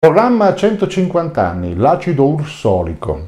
Programma 150 anni, l'acido ursolico.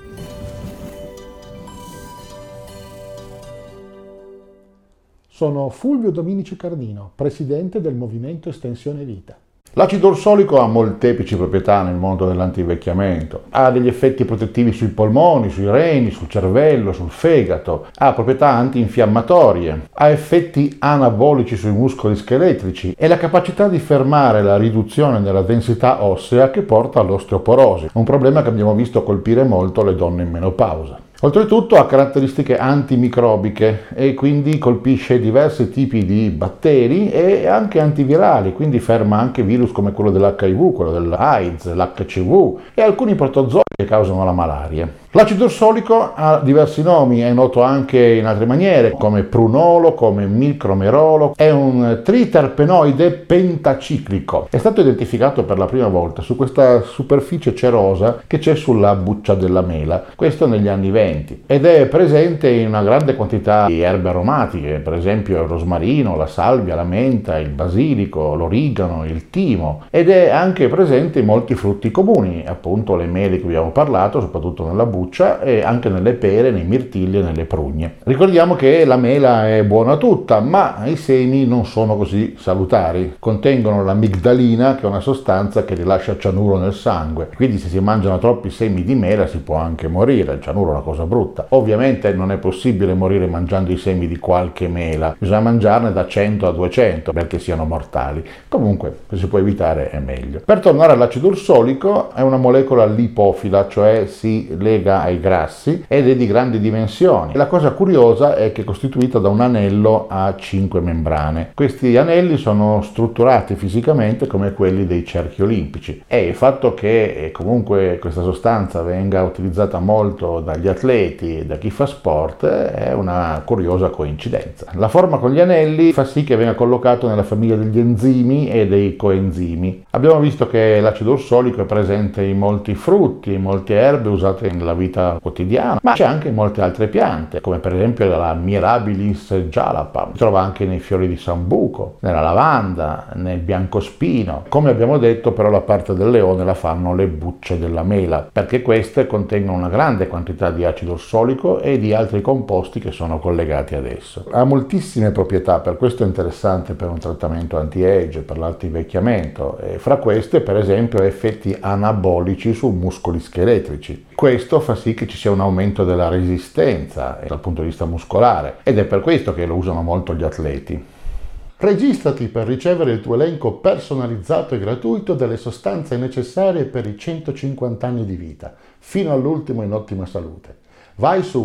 Sono Fulvio Dominici Cardino, presidente del Movimento Estensione Vita. L'acido ursolico ha molteplici proprietà nel mondo dell'antivecchiamento. Ha degli effetti protettivi sui polmoni, sui reni, sul cervello, sul fegato. Ha proprietà antinfiammatorie. Ha effetti anabolici sui muscoli scheletrici e la capacità di fermare la riduzione della densità ossea che porta all'osteoporosi, un problema che abbiamo visto colpire molto le donne in menopausa. Oltretutto ha caratteristiche antimicrobiche e quindi colpisce diversi tipi di batteri e anche antivirali, quindi ferma anche virus come quello dell'HIV, quello dell'AIDS, l'HCV e alcuni protozoi che causano la malaria. L'acido ursolico ha diversi nomi, è noto anche in altre maniere, come prunolo, come milcromerolo. È un triterpenoide pentaciclico. È stato identificato per la prima volta su questa superficie cerosa che c'è sulla buccia della mela, questo negli anni 20, ed è presente in una grande quantità di erbe aromatiche, per esempio il rosmarino, la salvia, la menta, il basilico, l'origano, il timo, ed è anche presente in molti frutti comuni, appunto le mele che abbiamo parlato, soprattutto nella buccia, e anche nelle pere, nei mirtilli e nelle prugne. Ricordiamo che la mela è buona tutta, ma i semi non sono così salutari. Contengono l'amigdalina, che è una sostanza che rilascia cianuro nel sangue, quindi se si mangiano troppi semi di mela si può anche morire. Il cianuro è una cosa brutta. Ovviamente non è possibile morire mangiando i semi di qualche mela, bisogna mangiarne da 100 a 200 perché siano mortali. Comunque, se si può evitare è meglio. Per tornare all'acido ursolico, è una molecola lipofila, cioè si lega ai grassi ed è di grandi dimensioni. La cosa curiosa è che è costituita da un anello a 5 membrane. Questi anelli sono strutturati fisicamente come quelli dei cerchi olimpici e il fatto che comunque questa sostanza venga utilizzata molto dagli atleti e da chi fa sport è una curiosa coincidenza. La forma con gli anelli fa sì che venga collocato nella famiglia degli enzimi e dei coenzimi. Abbiamo visto che l'acido ursolico è presente in molti frutti, in molte erbe usate nella vita quotidiana, ma c'è anche in molte altre piante, come per esempio la Mirabilis jalapa. Si trova anche nei fiori di sambuco, nella lavanda, nel biancospino. Come abbiamo detto, però la parte del leone la fanno le bucce della mela, perché queste contengono una grande quantità di acido ursolico e di altri composti che sono collegati ad esso. Ha moltissime proprietà, per questo è interessante per un trattamento anti-age, per l'antivecchiamento, e fra queste per esempio effetti anabolici su muscoli scheletrici. Questo fa sì che ci sia un aumento della resistenza dal punto di vista muscolare ed è per questo che lo usano molto gli atleti. Registrati per ricevere il tuo elenco personalizzato e gratuito delle sostanze necessarie per i 150 anni di vita, fino all'ultimo in ottima salute. Vai su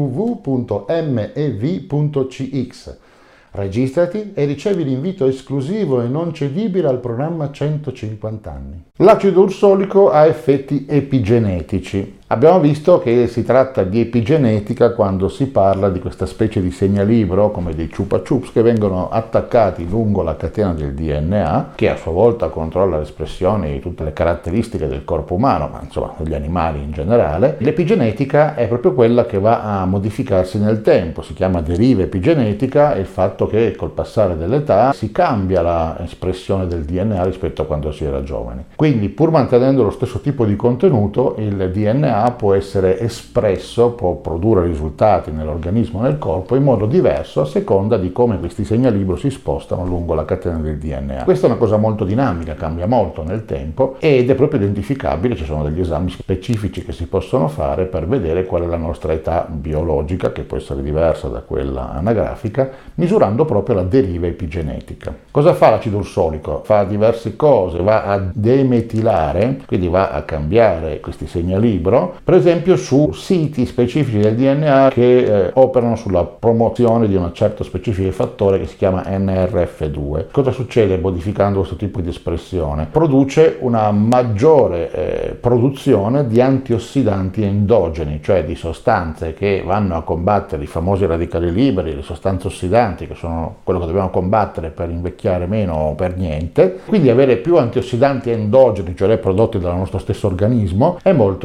www.mev.cx. Registrati e ricevi l'invito esclusivo e non cedibile al programma 150 anni. L'acido ursolico ha effetti epigenetici. Abbiamo visto che si tratta di epigenetica quando si parla di questa specie di segnalibro, come dei chupa chups, che vengono attaccati lungo la catena del DNA, che a sua volta controlla l'espressione di tutte le caratteristiche del corpo umano, ma insomma degli animali in generale. L'epigenetica è proprio quella che va a modificarsi nel tempo, si chiama deriva epigenetica, e il fatto che col passare dell'età si cambia l'espressione del DNA rispetto a quando si era giovani. Quindi, pur mantenendo lo stesso tipo di contenuto, il DNA può essere espresso, può produrre risultati nell'organismo e nel corpo in modo diverso a seconda di come questi segnalibro si spostano lungo la catena del DNA. Questa è una cosa molto dinamica, cambia molto nel tempo ed è proprio identificabile. Ci sono degli esami specifici che si possono fare per vedere qual è la nostra età biologica, che può essere diversa da quella anagrafica, misurando proprio la deriva epigenetica. Cosa fa l'acido ursolico? Fa diverse cose, va a demetilare, quindi va a cambiare questi segnalibro, per esempio su siti specifici del DNA che operano sulla promozione di un certo specifico fattore che si chiama NRF2. Cosa succede modificando questo tipo di espressione? Produce una maggiore produzione di antiossidanti endogeni, cioè di sostanze che vanno a combattere i famosi radicali liberi, le sostanze ossidanti, che sono quello che dobbiamo combattere per invecchiare meno o per niente. Quindi avere più antiossidanti endogeni, cioè prodotti dal nostro stesso organismo, è molto importante.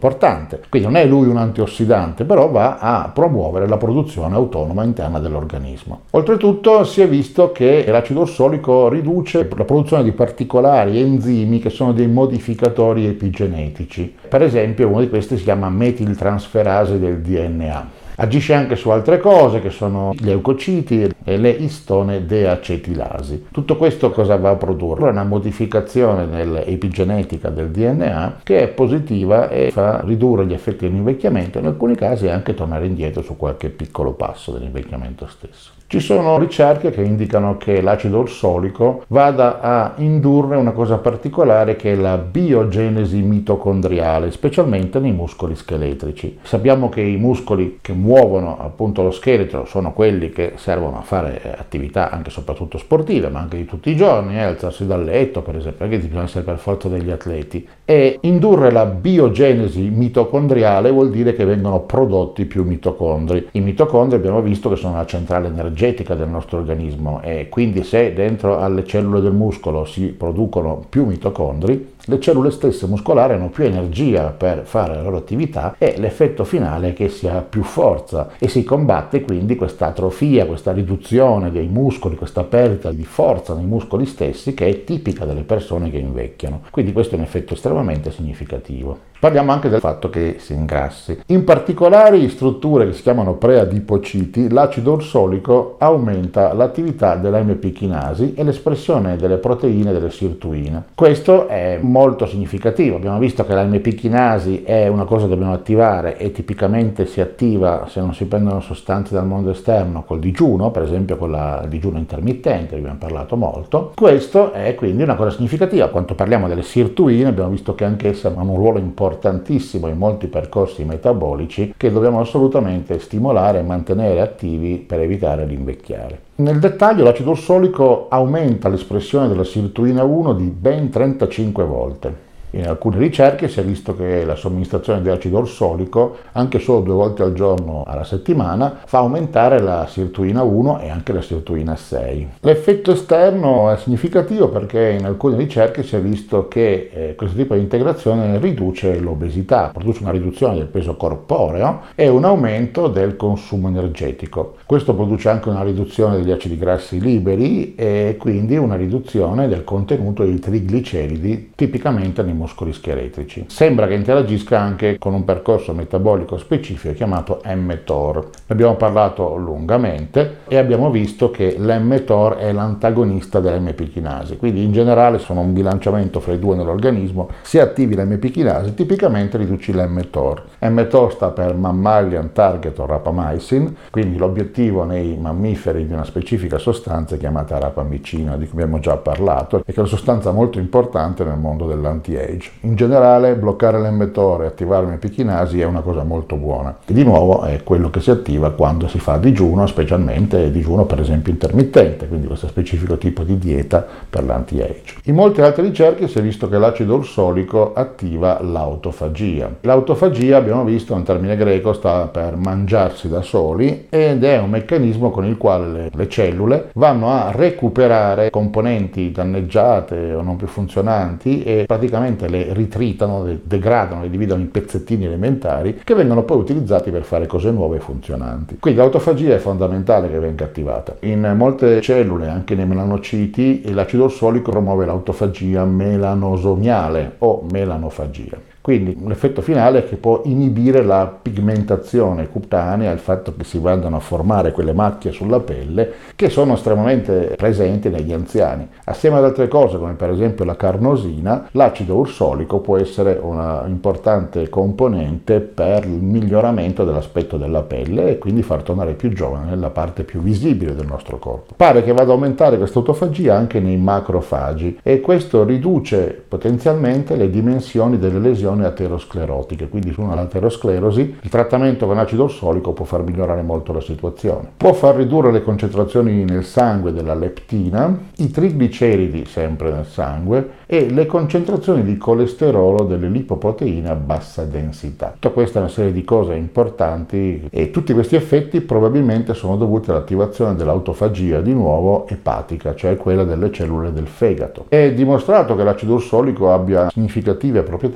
importante. Quindi non è lui un antiossidante, però va a promuovere la produzione autonoma interna dell'organismo. Oltretutto si è visto che l'acido orsolico riduce la produzione di particolari enzimi che sono dei modificatori epigenetici. Per esempio uno di questi si chiama metiltransferasi del DNA. Agisce anche su altre cose che sono gli leucociti e le istone deacetilasi. Tutto questo cosa va a produrre? Una modificazione nell'epigenetica del DNA che è positiva e fa ridurre gli effetti dell'invecchiamento e in alcuni casi anche tornare indietro su qualche piccolo passo dell'invecchiamento stesso. Ci sono ricerche che indicano che l'acido orsolico vada a indurre una cosa particolare che è la biogenesi mitocondriale, specialmente nei muscoli scheletrici. Sappiamo che i muscoli che muovono appunto lo scheletro sono quelli che servono a fare attività anche e soprattutto sportive, ma anche di tutti i giorni, alzarsi dal letto per esempio, perché bisogna essere per forza degli atleti. E indurre la biogenesi mitocondriale vuol dire che vengono prodotti più mitocondri. I mitocondri abbiamo visto che sono la centrale energetica del nostro organismo e quindi se dentro alle cellule del muscolo si producono più mitocondri, le cellule stesse muscolari hanno più energia per fare la loro attività e l'effetto finale è che si ha più forza e si combatte quindi questa atrofia, questa riduzione dei muscoli, questa perdita di forza nei muscoli stessi che è tipica delle persone che invecchiano. Quindi questo è un effetto estremamente significativo. Parliamo anche del fatto che si ingrassi. In particolari strutture che si chiamano preadipociti, l'acido orsolico aumenta l'attività della MP chinasi e l'espressione delle proteine delle sirtuine. Questo è molto significativo. Abbiamo visto che la MP chinasi è una cosa che dobbiamo attivare e tipicamente si attiva se non si prendono sostanze dal mondo esterno col digiuno, per esempio con il digiuno intermittente, abbiamo parlato molto. Questo è quindi una cosa significativa. Quando parliamo delle sirtuine abbiamo visto che anche esse hanno un ruolo importantissimo in molti percorsi metabolici che dobbiamo assolutamente stimolare e mantenere attivi per evitare l'invecchiare. Nel dettaglio l'acido orsolico aumenta l'espressione della sirtuina 1 di ben 35 volte. In alcune ricerche si è visto che la somministrazione di acido orsolico, anche solo 2 volte al giorno alla settimana, fa aumentare la sirtuina 1 e anche la sirtuina 6. L'effetto esterno è significativo perché in alcune ricerche si è visto che questo tipo di integrazione riduce l'obesità, produce una riduzione del peso corporeo e un aumento del consumo energetico. Questo produce anche una riduzione degli acidi grassi liberi e quindi una riduzione del contenuto di trigliceridi tipicamente nei muscoli scheletrici. Sembra che interagisca anche con un percorso metabolico specifico chiamato mTOR. Ne abbiamo parlato lungamente e abbiamo visto che l'mTOR è l'antagonista dell'MP chinasi, quindi in generale sono un bilanciamento fra i due nell'organismo. Se attivi l'MP chinasi tipicamente riduci l'mTOR. mTOR sta per Mammalian Target Rapamycin, quindi l'obiettivo nei mammiferi di una specifica sostanza chiamata rapamicina, di cui abbiamo già parlato, e che è una sostanza molto importante nel mondo dell'anti-age. In generale bloccare l'mTOR e attivare l'MP chinasi è una cosa molto buona. E di nuovo è quello che si attiva quando si fa digiuno, specialmente digiuno per esempio intermittente, quindi questo specifico tipo di dieta per l'anti-age. In molte altre ricerche si è visto che l'acido orsolico attiva l'autofagia. L'autofagia, abbiamo visto, è un termine greco, sta per mangiarsi da soli ed è un meccanismo con il quale le cellule vanno a recuperare componenti danneggiate o non più funzionanti e praticamente le ritritano, le degradano, le dividono in pezzettini elementari che vengono poi utilizzati per fare cose nuove e funzionanti. Quindi l'autofagia è fondamentale che venga attivata. In molte cellule, anche nei melanociti, l'acido orsolico promuove l'autofagia melanosomiale o melanofagia. Quindi l'effetto finale è che può inibire la pigmentazione cutanea, il fatto che si vadano a formare quelle macchie sulla pelle che sono estremamente presenti negli anziani. Assieme ad altre cose come per esempio la carnosina, l'acido orsolico può essere una importante componente per il miglioramento dell'aspetto della pelle e quindi far tornare più giovane nella parte più visibile del nostro corpo. Pare che vada a aumentare questa autofagia anche nei macrofagi e questo riduce potenzialmente le dimensioni delle lesioni aterosclerotiche, quindi su un'aterosclerosi il trattamento con acido orsolico può far migliorare molto la situazione. Può far ridurre le concentrazioni nel sangue della leptina, i trigliceridi sempre nel sangue e le concentrazioni di colesterolo delle lipoproteine a bassa densità. Tutta questa è una serie di cose importanti e tutti questi effetti probabilmente sono dovuti all'attivazione dell'autofagia di nuovo epatica, cioè quella delle cellule del fegato. È dimostrato che l'acido orsolico abbia significative proprietà antinfettive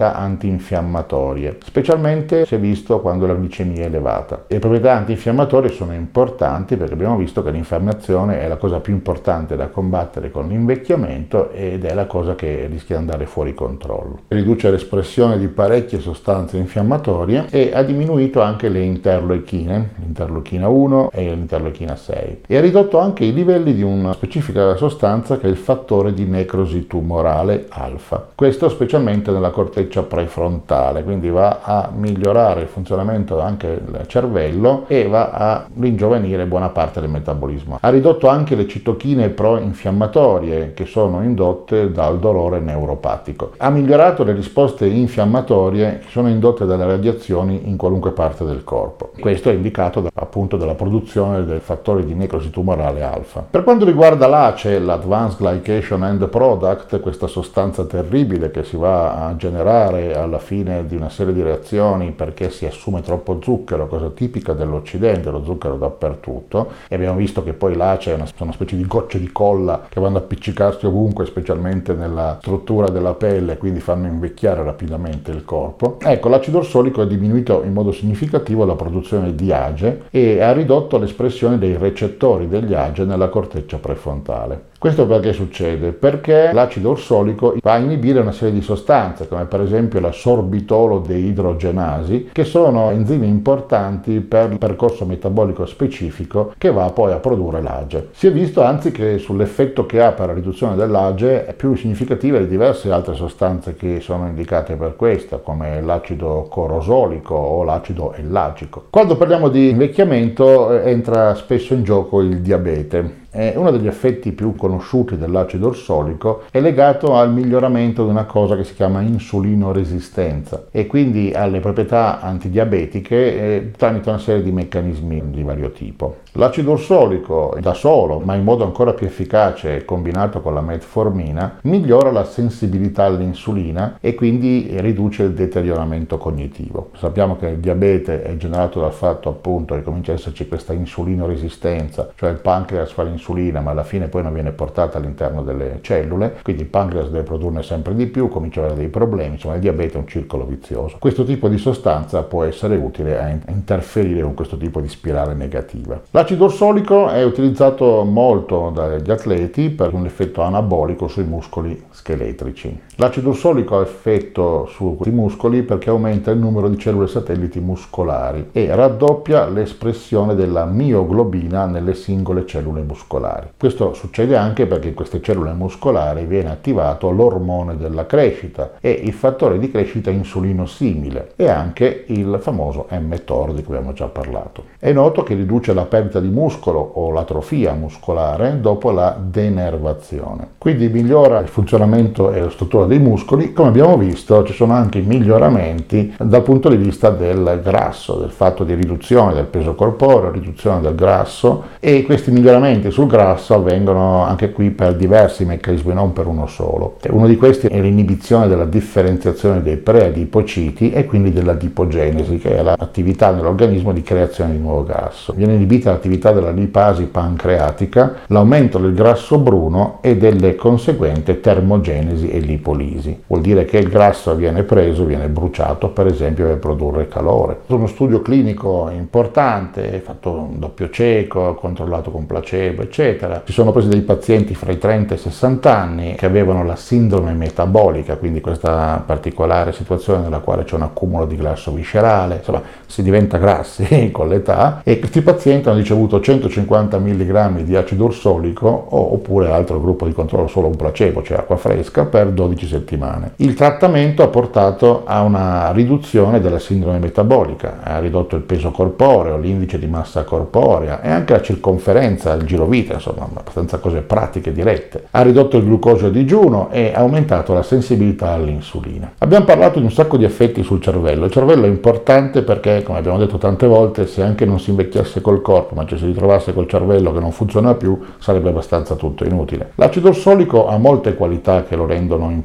antinfiammatorie, specialmente si è visto quando la glicemia è elevata. Le proprietà antinfiammatorie sono importanti perché abbiamo visto che l'infiammazione è la cosa più importante da combattere con l'invecchiamento ed è la cosa che rischia di andare fuori controllo. Riduce l'espressione di parecchie sostanze infiammatorie e ha diminuito anche le interleuchine, l'interleuchina 1 e l'interleuchina 6, e ha ridotto anche i livelli di una specifica sostanza che è il fattore di necrosi tumorale alfa. Questo specialmente nella corteccia prefrontale, quindi va a migliorare il funzionamento anche del cervello e va a ringiovanire buona parte del metabolismo. Ha ridotto anche le citochine pro-infiammatorie che sono indotte dal dolore neuropatico. Ha migliorato le risposte infiammatorie che sono indotte dalle radiazioni in qualunque parte del corpo. Questo è indicato appunto dalla produzione del fattore di necrosi tumorale alfa. Per quanto riguarda l'ACE, l'Advanced Glycation End Product, questa sostanza terribile che si va a generare alla fine di una serie di reazioni perché si assume troppo zucchero, cosa tipica dell'Occidente, lo zucchero dappertutto, e abbiamo visto che poi l'ACE è una specie di gocce di colla che vanno a appiccicarsi ovunque, specialmente nella struttura della pelle, quindi fanno invecchiare rapidamente il corpo. Ecco, l'acido orsolico ha diminuito in modo significativo la produzione di AGE e ha ridotto l'espressione dei recettori degli AGE nella corteccia prefrontale. Questo perché succede? Perché l'acido orsolico va a inibire una serie di sostanze, come per esempio la sorbitolo deidrogenasi, che sono enzimi importanti per il percorso metabolico specifico che va poi a produrre l'AGE. Si è visto anzi che sull'effetto che ha per la riduzione dell'AGE è più significativa di diverse altre sostanze che sono indicate per questo, come l'acido corosolico o l'acido ellagico. Quando parliamo di invecchiamento entra spesso in gioco il diabete. Uno degli effetti più conosciuti dell'acido orsolico è legato al miglioramento di una cosa che si chiama insulinoresistenza e quindi alle proprietà antidiabetiche tramite una serie di meccanismi di vario tipo. L'acido orsolico da solo, ma in modo ancora più efficace combinato con la metformina, migliora la sensibilità all'insulina e quindi riduce il deterioramento cognitivo. Sappiamo che il diabete è generato dal fatto appunto che comincia ad esserci questa insulinoresistenza, cioè il pancreas fa l'insulina ma alla fine poi non viene portata all'interno delle cellule, quindi il pancreas deve produrne sempre di più, comincia ad avere dei problemi, insomma il diabete è un circolo vizioso. Questo tipo di sostanza può essere utile a interferire con questo tipo di spirale negativa. L'acido orsolico è utilizzato molto dagli atleti per un effetto anabolico sui muscoli scheletrici. L'acido orsolico ha effetto sui muscoli perché aumenta il numero di cellule satelliti muscolari e raddoppia l'espressione della mioglobina nelle singole cellule muscolari. Questo succede anche perché in queste cellule muscolari viene attivato l'ormone della crescita e il fattore di crescita insulino simile e anche il famoso mTOR di cui abbiamo già parlato. È noto che riduce la perdita di muscolo o l'atrofia muscolare dopo la denervazione. Quindi migliora il funzionamento e la struttura dei muscoli. Come abbiamo visto ci sono anche miglioramenti dal punto di vista del grasso, del fatto di riduzione del peso corporeo, riduzione del grasso, e questi miglioramenti sul grasso avvengono anche qui per diversi meccanismi, non per uno solo. Uno di questi è l'inibizione della differenziazione dei preadipociti e quindi dell'adipogenesi, che è l'attività nell'organismo di creazione di nuovo grasso. Viene inibita l'attività della lipasi pancreatica, l'aumento del grasso bruno e delle conseguenti termogenesi e lipolisi. Vuol dire che il grasso viene preso, viene bruciato per esempio per produrre calore. È uno studio clinico importante, fatto un doppio cieco, controllato con placebo, eccetera. Si sono presi dei pazienti fra i 30 e i 60 anni che avevano la sindrome metabolica, quindi questa particolare situazione nella quale c'è un accumulo di grasso viscerale, insomma si diventa grassi con l'età, e questi pazienti hanno ricevuto 150 mg di acido orsolico oppure altro gruppo di controllo, solo un placebo, cioè acqua fresca, per 12 settimane. Il trattamento ha portato a una riduzione della sindrome metabolica, ha ridotto il peso corporeo, l'indice di massa corporea e anche la circonferenza, il girovita, insomma abbastanza cose pratiche dirette. Ha ridotto il glucosio a digiuno e ha aumentato la sensibilità all'insulina. Abbiamo parlato di un sacco di effetti sul cervello. Il cervello è importante perché, come abbiamo detto tante volte, se anche non si invecchiasse col corpo, ma ci si ritrovasse col cervello che non funziona più, sarebbe abbastanza tutto inutile. L'acido orsolico ha molte qualità che lo rendono importante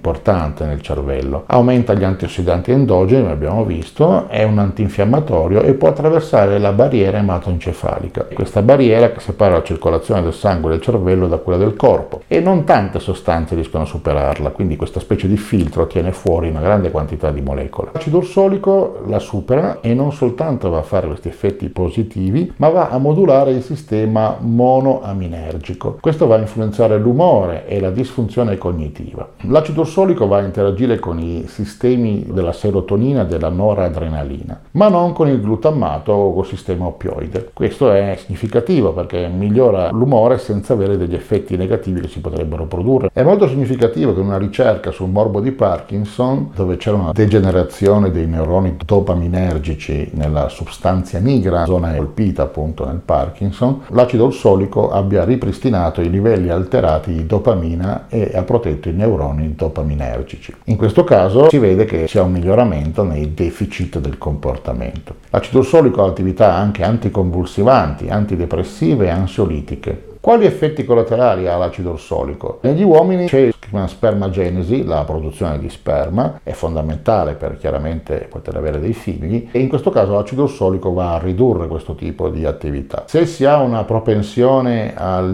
importante nel cervello. Aumenta gli antiossidanti endogeni, come abbiamo visto, è un antinfiammatorio e può attraversare la barriera ematoencefalica. Questa barriera che separa la circolazione del sangue del cervello da quella del corpo, e non tante sostanze riescono a superarla, quindi questa specie di filtro tiene fuori una grande quantità di molecole. L'acido ursolico la supera e non soltanto va a fare questi effetti positivi, ma va a modulare il sistema monoaminergico. Questo va a influenzare l'umore e la disfunzione cognitiva. L'acido ursolico va a interagire con i sistemi della serotonina e della noradrenalina, ma non con il glutammato o col sistema oppioide. Questo è significativo perché migliora l'umore senza avere degli effetti negativi che si potrebbero produrre. È molto significativo che una ricerca sul morbo di Parkinson, dove c'era una degenerazione dei neuroni dopaminergici nella substanza nigra, zona colpita appunto nel Parkinson, l'acido ursolico abbia ripristinato i livelli alterati di dopamina e ha protetto i neuroni dopaminergici. In questo caso si vede che c'è un miglioramento nei deficit del comportamento. L'acido ursolico ha attività anche anticonvulsivanti, antidepressive e ansiolitiche. Quali effetti collaterali ha l'acido ursolico? Negli uomini c'è una spermagenesi, la produzione di sperma, è fondamentale per chiaramente poter avere dei figli, e in questo caso l'acido ursolico va a ridurre questo tipo di attività. Se si ha una propensione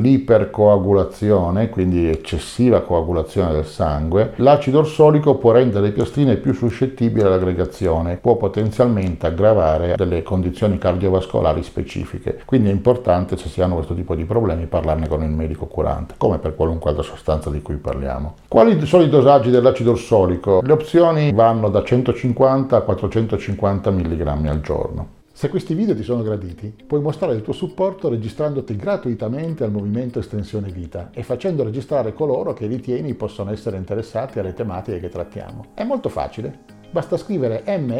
all'ipercoagulazione, quindi eccessiva coagulazione del sangue, l'acido ursolico può rendere le piastrine più suscettibili all'aggregazione, può potenzialmente aggravare delle condizioni cardiovascolari specifiche, quindi è importante, se si hanno questo tipo di problemi, parlarne con il medico curante, come per qualunque altra sostanza di cui parliamo. Quali sono i dosaggi dell'acido ursolico? Le opzioni vanno da 150 a 450 mg al giorno. Se questi video ti sono graditi, puoi mostrare il tuo supporto registrandoti gratuitamente al movimento Estensione Vita e facendo registrare coloro che ritieni possono essere interessati alle tematiche che trattiamo. È molto facile. Basta scrivere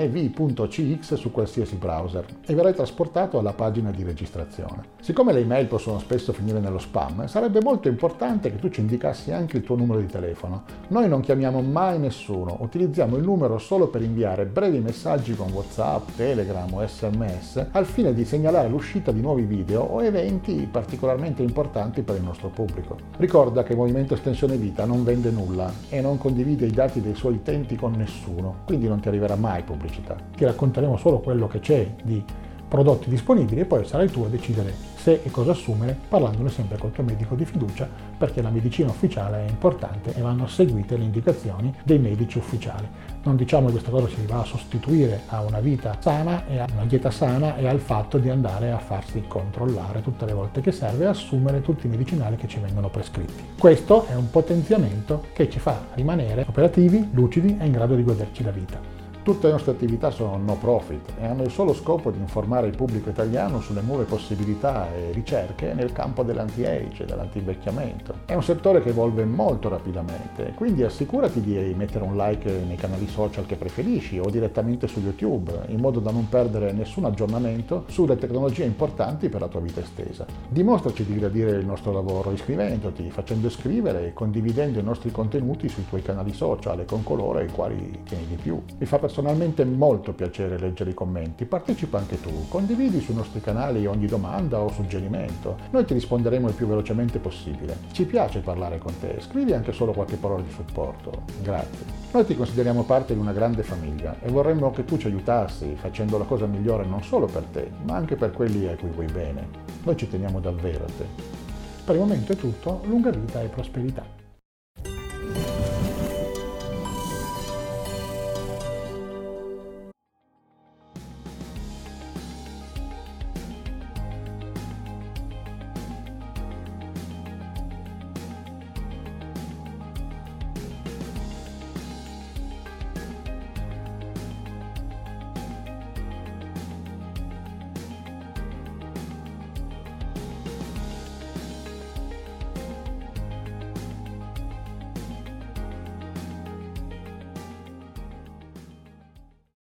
mev.cx su qualsiasi browser e verrai trasportato alla pagina di registrazione. Siccome le email possono spesso finire nello spam, sarebbe molto importante che tu ci indicassi anche il tuo numero di telefono. Noi non chiamiamo mai nessuno, utilizziamo il numero solo per inviare brevi messaggi con WhatsApp, Telegram o SMS al fine di segnalare l'uscita di nuovi video o eventi particolarmente importanti per il nostro pubblico. Ricorda che il Movimento Estensione Vita non vende nulla e non condivide i dati dei suoi utenti con nessuno, quindi non ti arriverà mai pubblicità. Ti racconteremo solo quello che c'è di prodotti disponibili e poi sarai tu a decidere se e cosa assumere, parlandone sempre col tuo medico di fiducia, perché la medicina ufficiale è importante e vanno seguite le indicazioni dei medici ufficiali. Non diciamo che questa cosa si va a sostituire a una vita sana e a una dieta sana e al fatto di andare a farsi controllare tutte le volte che serve e assumere tutti i medicinali che ci vengono prescritti. Questo è un potenziamento che ci fa rimanere operativi, lucidi e in grado di goderci la vita. Tutte le nostre attività sono no profit e hanno il solo scopo di informare il pubblico italiano sulle nuove possibilità e ricerche nel campo dell'anti-age e dell'antivecchiamento. È un settore che evolve molto rapidamente, quindi assicurati di mettere un like nei canali social che preferisci o direttamente su YouTube, in modo da non perdere nessun aggiornamento sulle tecnologie importanti per la tua vita estesa. Dimostraci di gradire il nostro lavoro iscrivendoti, facendo iscrivere e condividendo i nostri contenuti sui tuoi canali social e con coloro ai quali tieni di più. Mi fa personalmente molto piacere leggere i commenti, partecipa anche tu, condividi sui nostri canali ogni domanda o suggerimento, noi ti risponderemo il più velocemente possibile. Ci piace parlare con te, scrivi anche solo qualche parola di supporto, grazie. Noi ti consideriamo parte di una grande famiglia e vorremmo che tu ci aiutassi facendo la cosa migliore non solo per te, ma anche per quelli a cui vuoi bene. Noi ci teniamo davvero a te. Per il momento è tutto, lunga vita e prosperità.